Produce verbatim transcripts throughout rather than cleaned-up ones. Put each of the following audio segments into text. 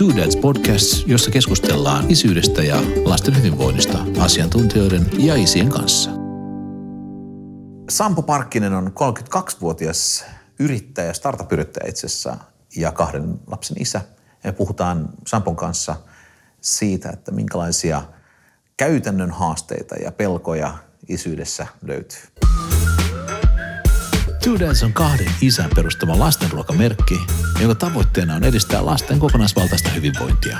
Two Dads Podcast, jossa keskustellaan isyydestä ja lasten hyvinvoinnista asiantuntijoiden ja isien kanssa. Sampo Parkkinen on kolmekymmentäkaksivuotias yrittäjä, startup-yrittäjä itse asiassa ja kahden lapsen isä. Me puhutaan Sampon kanssa siitä, että minkälaisia käytännön haasteita ja pelkoja isyydessä löytyy. Two Dads on kahden isän perustama lastenruokamerkki, jonka tavoitteena on edistää lasten kokonaisvaltaista hyvinvointia.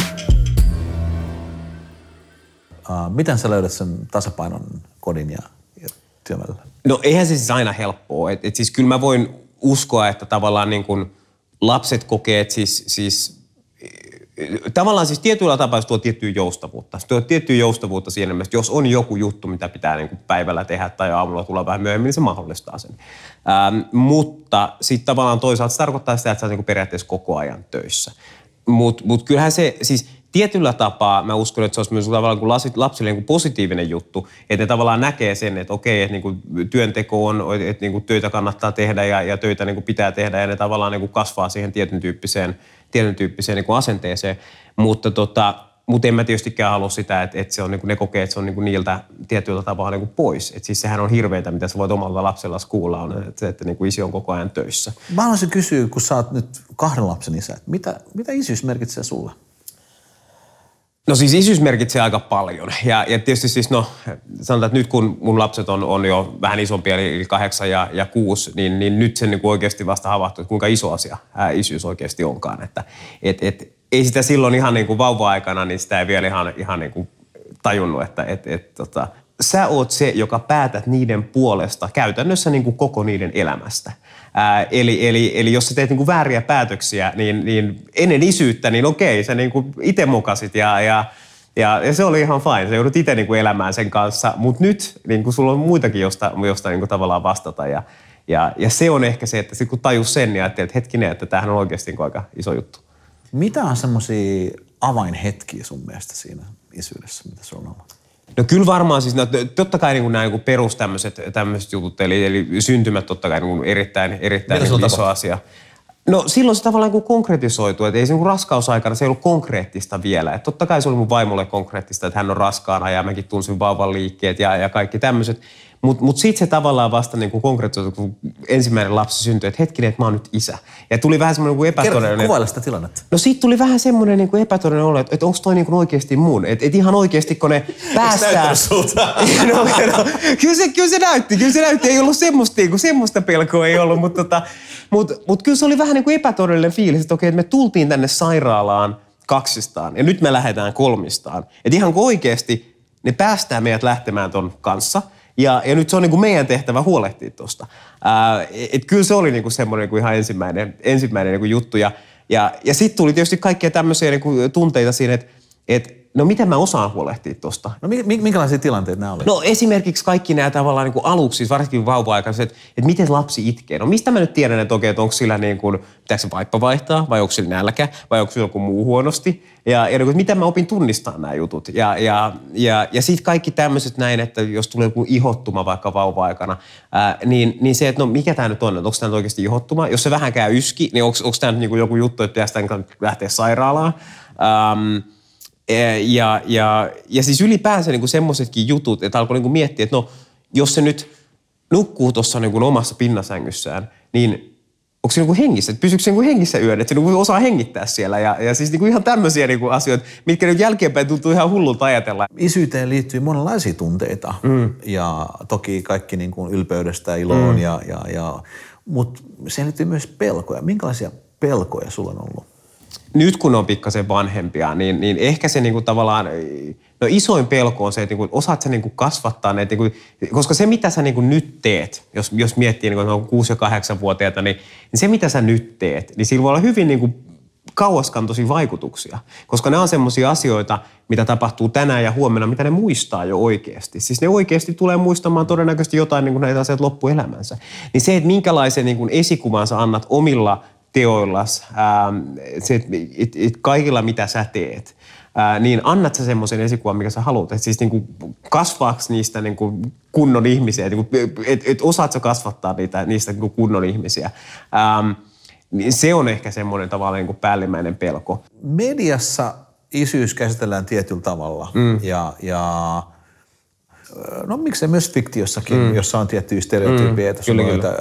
Uh, miten sä löydät sen tasapainon kodin ja, ja työn välillä? No eihän se siis aina helppoa. Et, et siis kyllä mä voin uskoa, että tavallaan niin kun lapset kokee, että siis, siis tavallaan siis tietyllä tapaa tuo tiettyä joustavuutta. Se tuo tiettyä joustavuutta siinä mielessä, jos on joku juttu, mitä pitää niin kuin päivällä tehdä tai aamulla tulla vähän myöhemmin, niin se mahdollistaa sen. Ähm, mutta sitten tavallaan toisaalta se tarkoittaa sitä, että sä oot niin periaatteessa koko ajan töissä. Mutta mut kyllähän se siis tietyllä tapaa, mä uskon, että se olisi myös tavallaan kuin lapsille niin kuin positiivinen juttu, että ne tavallaan näkee sen, että okei, että niin kuin työnteko on, että niin kuin töitä kannattaa tehdä ja, ja töitä niin kuin pitää tehdä ja ne tavallaan niin kuin kasvaa siihen tietyn tyyppiseen, tietyn tyyppiseen niin kuin asenteeseen. Mutta tota, mut en mä tietystikään halua sitä, että, että se on, niin kuin ne kokee, että se on niin kuin niiltä tietyllä tavalla niin kuin pois. Että siis sehän on hirveätä, mitä sä voit omalta lapsellasi kuulla, on, että, että niin kuin isi on koko ajan töissä. Mä haluaisin kysyä, kun sä oot nyt kahden lapsen isä, että mitä, mitä isyys merkitsee sulle? No siis isyys merkitsee aika paljon ja, ja tietysti siis no sanotaan, että nyt kun mun lapset on, on jo vähän isompia eli kahdeksan ja, ja kuusi, niin, niin nyt sen niin kuin oikeasti vasta havahtuu, että kuinka iso asia ää, isyys oikeasti onkaan. Että et, et, ei sitä silloin ihan niin kuin vauva-aikana, niin sitä ei vielä ihan, ihan niin kuin tajunnut, että et, et, tota, sä oot se, joka päätät niiden puolesta käytännössä niin kuin koko niiden elämästä. Ää, eli, eli, eli jos sä teet niinku vääriä päätöksiä, niin, niin ennen isyyttä, niin okei, sä niinku itse mokasit ja, ja, ja, ja se oli ihan fine. Sä joudut itse niinku elämään sen kanssa, mutta nyt niinku sulla on muitakin, josta, josta niinku tavallaan vastata. Ja, ja, ja se on ehkä se, että sit kun tajus sen ja ajattelet, että hetkinen, että tämähän on oikeasti niinku aika iso juttu. Mitä on semmoisia avainhetkiä sun mielestä siinä isyydessä, mitä sulla on ollut? No kyllä varmaan siis, no, totta kai niin nämä niin perus tämmöiset jutut, eli, eli syntymät totta kai niin erittäin, erittäin niin iso asia. No silloin se tavallaan niin konkretisoituu, että ei se niin raskausaikana, se ei ollut konkreettista vielä. Et totta kai se oli mun vaimolle konkreettista, että hän on raskaana ja mäkin tunsin vauvan liikkeet ja, ja kaikki tämmöiset. Mutta mut sitten se tavallaan vasta niin konkretisoituu, kun ensimmäinen lapsi syntyi, että hetkinen, että mä oon nyt isä. Ja tuli vähän semmoinen niin epätodellinen... Kerro, kuvaile sitä tilannetta. No siitä tuli vähän semmoinen niin epätodellinen olo, että, että onko toi niin oikeasti mun. Että et ihan oikeasti, kun ne päästään... Eikö sulta? no, no, kyllä, se, kyllä se näytti, kyllä se näytti. Ei ollut semmoista, niin kuin, semmoista pelkoa ei ollut, mutta tota, mut, mut kyllä se oli vähän niin kuin epätodellinen fiilis, että okei, että me tultiin tänne sairaalaan kaksistaan ja nyt me lähdetään kolmistaan. Että ihan kuin oikeasti ne päästään meidät lähtemään ton kanssa. Ja, ja nyt se on niin kuin meidän tehtävä huolehtia tuosta. Että kyllä se oli niin kuin semmoinen niin kuin ihan ensimmäinen, ensimmäinen niin kuin juttu. Ja, ja, ja sitten tuli tietysti kaikkia tämmöisiä niin kuin tunteita siinä, että et, no miten mä osaan huolehtia tuosta. No minkälaisia tilanteita nämä oli? No esimerkiksi kaikki nämä tavallaan niin kuin aluksi, siis varsinkin vauva-aikaiset, että, että miten lapsi itkee. No mistä mä nyt tiedän, että okei, että onko sillä niin kuin, pitääkö se vaippa vaihtaa, vai onko sillä nälkä, vai onko sillä joku muu huonosti. Ja, ja niin kuin, miten mä opin tunnistaa nämä jutut. Ja, ja, ja, ja sitten kaikki tämmöiset näin, että jos tulee joku ihottuma vaikka vauva-aikana, ää, niin, niin se, että no mikä tämä nyt on, että onko tämä nyt oikeasti ihottuma. Jos se vähänkään yski, niin onko, onko tämä nyt niin kuin joku juttu, että pitäisi lähteä sairaalaan. Ähm, Ja, ja, ja siis ylipäänsä niin semmoisetkin jutut, että alkoi niin miettiä, että no, jos se nyt nukkuu tuossa niin omassa pinnasängyssään, niin onko se niin hengissä? Pysyykö se niin hengissä yön? Että se niin osaa hengittää siellä. Ja, ja siis niin ihan tämmöisiä niin asioita, mitkä nyt jälkeenpäin tuntuu ihan hullulta ajatella. Isyyteen liittyy monenlaisia tunteita. Mm. Ja toki kaikki niin kuin ylpeydestä iloon. Mm. Ja, ja, ja, mutta siihen liittyy myös pelkoja. Minkälaisia pelkoja sulla on ollut? Nyt kun on pikkasen vanhempia, niin, niin ehkä se niinku tavallaan, no isoin pelko on se, että niinku, osaat sä niinku kasvattaa ne, niinku, koska se mitä sä niinku nyt teet, jos, jos miettii niinku kuusi- ja kahdeksanvuotiaita, niin, niin se mitä sä nyt teet, niin sillä voi olla hyvin niinku kauaskantoisia vaikutuksia, koska ne on semmoisia asioita, mitä tapahtuu tänään ja huomenna, mitä ne muistaa jo oikeasti. Siis ne oikeasti tulee muistamaan todennäköisesti jotain niinku näitä asioita loppuelämänsä. Niin se, että minkälaisen niinku esikuvan sä annat omilla teoillas, ää, se, et, et, et kaikilla mitä sä teet, ää, niin annat sä semmoisen esikuvan, mikä sä haluat. Että siis niinku kasvaaks niistä niinku kunnon ihmisiä, että niinku, et, et osaat sä kasvattaa niitä, niistä niinku kunnon ihmisiä. Ää, niin se on ehkä semmoinen tavallaan niin kuin päällimmäinen pelko. Mediassa isyys käsitellään tietyllä tavalla mm. ja, ja no miksei myös fiktiossakin, mm. jossa on tiettyjä stereotyyppejä, mm. kyllä, kyllä.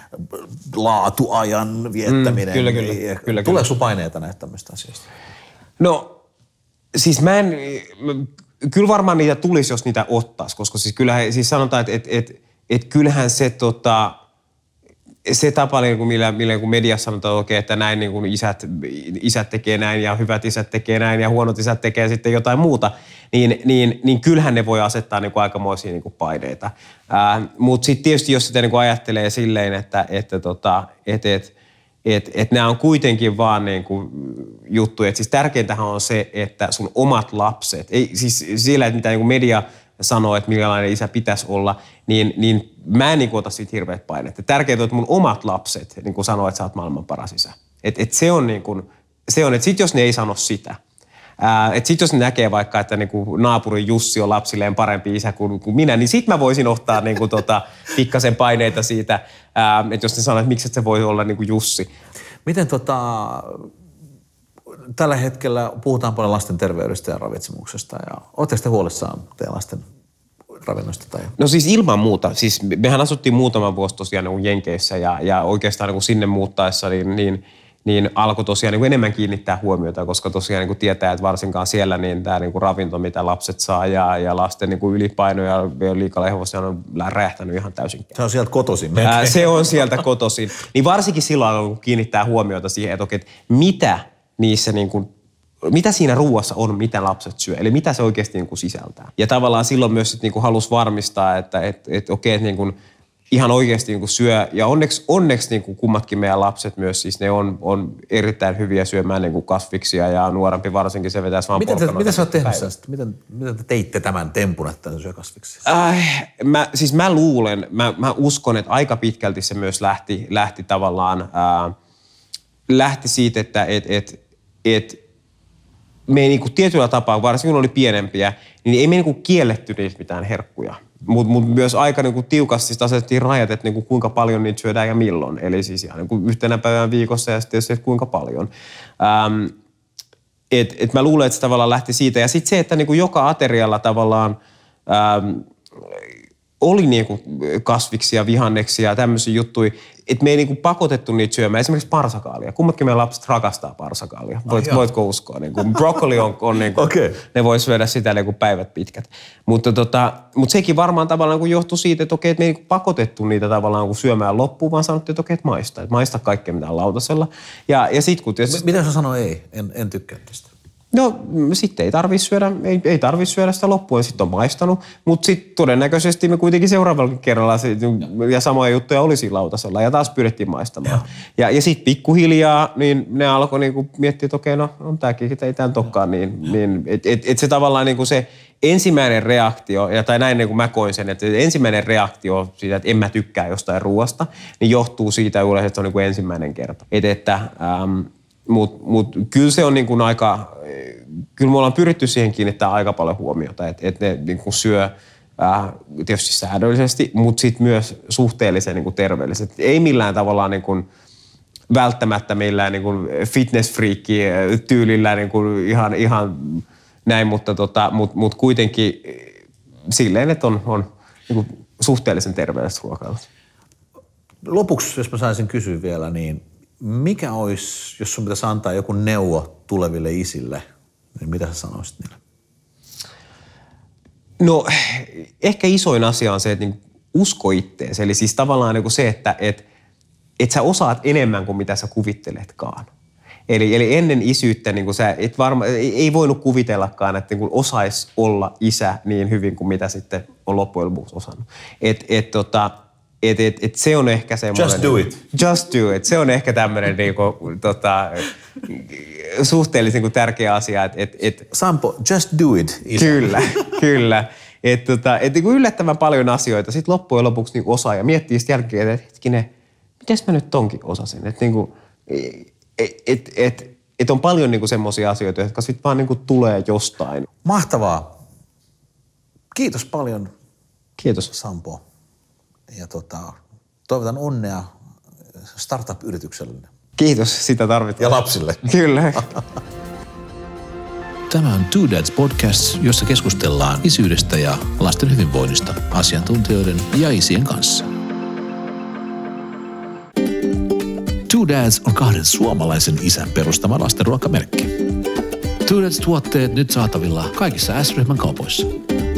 laatuajan viettäminen. Mm, kyllä, kyllä, kyllä, kyllä. Tuleeko sun paineita näitä tämmöistä asioista? No siis mä en, kyllä varmaan niitä tulisi, jos niitä ottaisi, koska siis kyllähän, siis sanotaan, että et, et, et kyllähän se tota, se tapa, niin kuin millä, millä kun mediassa sanotaan, että, okei, että näin niin kuin isät, isät tekee näin ja hyvät isät tekee näin ja huonot isät tekee sitten jotain muuta, niin, niin, niin kyllähän ne voi asettaa niin kuin aikamoisia niin kuin paineita. Mutta sitten tietysti, jos sitä niin kuin ajattelee silleen, että, että tota, et, et, et, et nämä on kuitenkin vaan niin kuin juttuja. Et siis tärkeintähän on se, että sun omat lapset, ei siis sillä, että mitä niin kuin media sanoo, että millainen isä pitäisi olla, niin, niin mä en niin kuin ota siitä hirveät painetta. Tärkeintä on, että mun omat lapset niin kuin sanoo, että sä oot maailman paras isä. Että et se on niin kuin, se on, että sit jos ne ei sano sitä, että sit jos ne näkee vaikka, että niin kuin naapurin Jussi on lapsilleen parempi isä kuin, kuin minä, niin sit mä voisin ottaa niin kuin tota, pikkasen paineita siitä, ää, että jos ne sanoo, että miksi et se voi olla niin kuin Jussi. Miten tota, tällä hetkellä puhutaan paljon lasten terveydestä ja ravitsemuksesta ja ootteko te huolissaan teidän lasten ravinnosta? Tai? No siis ilman muuta. Siis mehän asuttiin muutama vuosi tosiaan niin kuin Jenkeissä ja, ja oikeastaan niin kuin sinne muuttaessa niin, niin, niin alkoi tosiaan niin kuin enemmän kiinnittää huomiota, koska tosiaan niin kuin tietää, että varsinkaan siellä niin tämä niin kuin ravinto, mitä lapset saa ja, ja lasten niin kuin ylipaino ja liikalehvos on räjähtänyt ihan täysin. Se on sieltä kotoisin. Ää, se on sieltä kotoisin. Niin varsinkin silloin kun kiinnittää huomiota siihen, että, okei, että mitä niissä niin kuin, mitä siinä ruuassa on, mitä lapset syö, eli mitä se oikeasti niin kuin sisältää. Ja tavallaan silloin myös sit, niin kuin halusi varmistaa, että et, et, okei, että niin kuin, ihan oikeasti niin kuin syö, ja onneksi, onneksi niin kuin kummatkin meidän lapset myös, siis ne on, on erittäin hyviä syömään niin kuin kasviksia, ja nuorempi varsinkin se vetäisi vaan miten porkkanoita. Miten sä oot tehnyt sen? Miten, miten te teitte tämän tempun, että se syö kasviksia? Äh, mä, siis mä luulen, mä, mä uskon, että aika pitkälti se myös lähti, lähti tavallaan, äh, lähti siitä, että et, et, et, me ei niinku tietyllä tapaa, varsinkin kun oli pienempiä, niin ei me niinku kielletty niitä mitään herkkuja. Mutta mut myös aika niinku tiukasti asetettiin rajat, että niinku kuinka paljon niitä syödään ja milloin. Eli siis ihan niinku yhtenä päivänä viikossa ja sitten että kuinka paljon. Ähm, et, et mä luulen, että se tavallaan lähti siitä. Ja sitten se, että niinku joka aterialla tavallaan ähm, oli niinku kasviksia, vihanneksia ja tämmöisiä juttuja, että me ei niinku pakotettu niitä syömään. Esimerkiksi parsakaalia. Kummatkin meidän lapset rakastaa parsakaalia. Voit, voitko uskoa? Niinku, broccoli on, on niinku, okay. Ne voi syödä sitä niinku päivät pitkät. Mutta tota, mut sekin varmaan tavallaan niinku johtui siitä, että okei, että me ei niinku pakotettu niitä tavallaan niinku syömään loppuun, vaan sanottiin, että okei, että maista. Että maista kaikkea mitään lautasella. Ja, ja sit kun tietysti... Miten sä sanoo ei? En, en tykkää tästä. No sitten ei tarvitse syödä, ei, ei tarvitse syödä sitä loppuun, sitten on maistanut, mutta sitten todennäköisesti me kuitenkin seuraavalla kerralla sit, ja samoja juttuja oli siinä lautasella ja taas pyydettiin maistamaan. Ja, ja, ja sitten pikkuhiljaa niin ne alkoi niinku miettiä, että okei, no on tämäkin, että ei tämän tokkaan, niin, niin että et, et se tavallaan niinku se ensimmäinen reaktio, ja tai näin niin kuin mä koin sen, että ensimmäinen reaktio siitä, että en mä tykkää jostain ruoasta, niin johtuu siitä yleensä, että se on niin kuin ensimmäinen kerta. Että, että ähm, Mutta mut, kyllä se on niin kuin aika, kyllä me ollaan pyritty siihen kiinnittää aika paljon huomiota, että et ne niin kuin syö äh, tietysti säädöllisesti, mutta sitten myös suhteellisen niin kuin terveellisesti. Ei millään tavalla niin kuin välttämättä millään niin kuin fitness-friikki tyylillä niin kuin ihan, ihan näin, mutta tota, mut, mut kuitenkin silleen, että on, on niin kuin suhteellisen terveellistä ruokailua. Lopuksi, jos mä saisin kysyä vielä, niin mikä olisi, jos sun pitäisi antaa joku neuvo tuleville isille, niin mitä sä sanoisit niille? No ehkä isoin asia on se, että niin usko ittees. Eli siis tavallaan niin kuin se, että et, et sä osaat enemmän kuin mitä sä kuvitteletkaan. Eli, eli ennen isyyttä niin kuin sä et varma, ei, ei voinut kuvitellakaan, että niin kuin osaisi olla isä niin hyvin kuin mitä sitten on loppujen lopuksi osannut. Et, et, tota, Et, et, et se on ehkä semmoinen... Just do it. Just do it. Se on ehkä tämmöinen niinku, tota, suhteellisen niinku tärkeä asia. Et, et, et, Sampo, just do it. Isä. Kyllä, kyllä. Et, tota, et niinku yllättävän paljon asioita. Sitten loppujen lopuksi niinku osaa ja miettii sitten jälkeen, että hetkinen, mites mä nyt tonkin osasin? Että niinku, et, et, et, et on paljon niinku semmoisia asioita, jotka sitten vaan niinku tulee jostain. Mahtavaa. Kiitos paljon. Kiitos. Sampo. Ja tota, toivotan onnea startup-yritykselle. Kiitos, sitä tarvitaan. Ja lapsille. Kyllä. Tämä on Two Dads Podcast, jossa keskustellaan isyydestä ja lasten hyvinvoinnista asiantuntijoiden ja isien kanssa. Two Dads on kahden suomalaisen isän perustama lastenruokamerkki. Two Dads-tuotteet nyt saatavilla kaikissa S-ryhmän kaupoissa.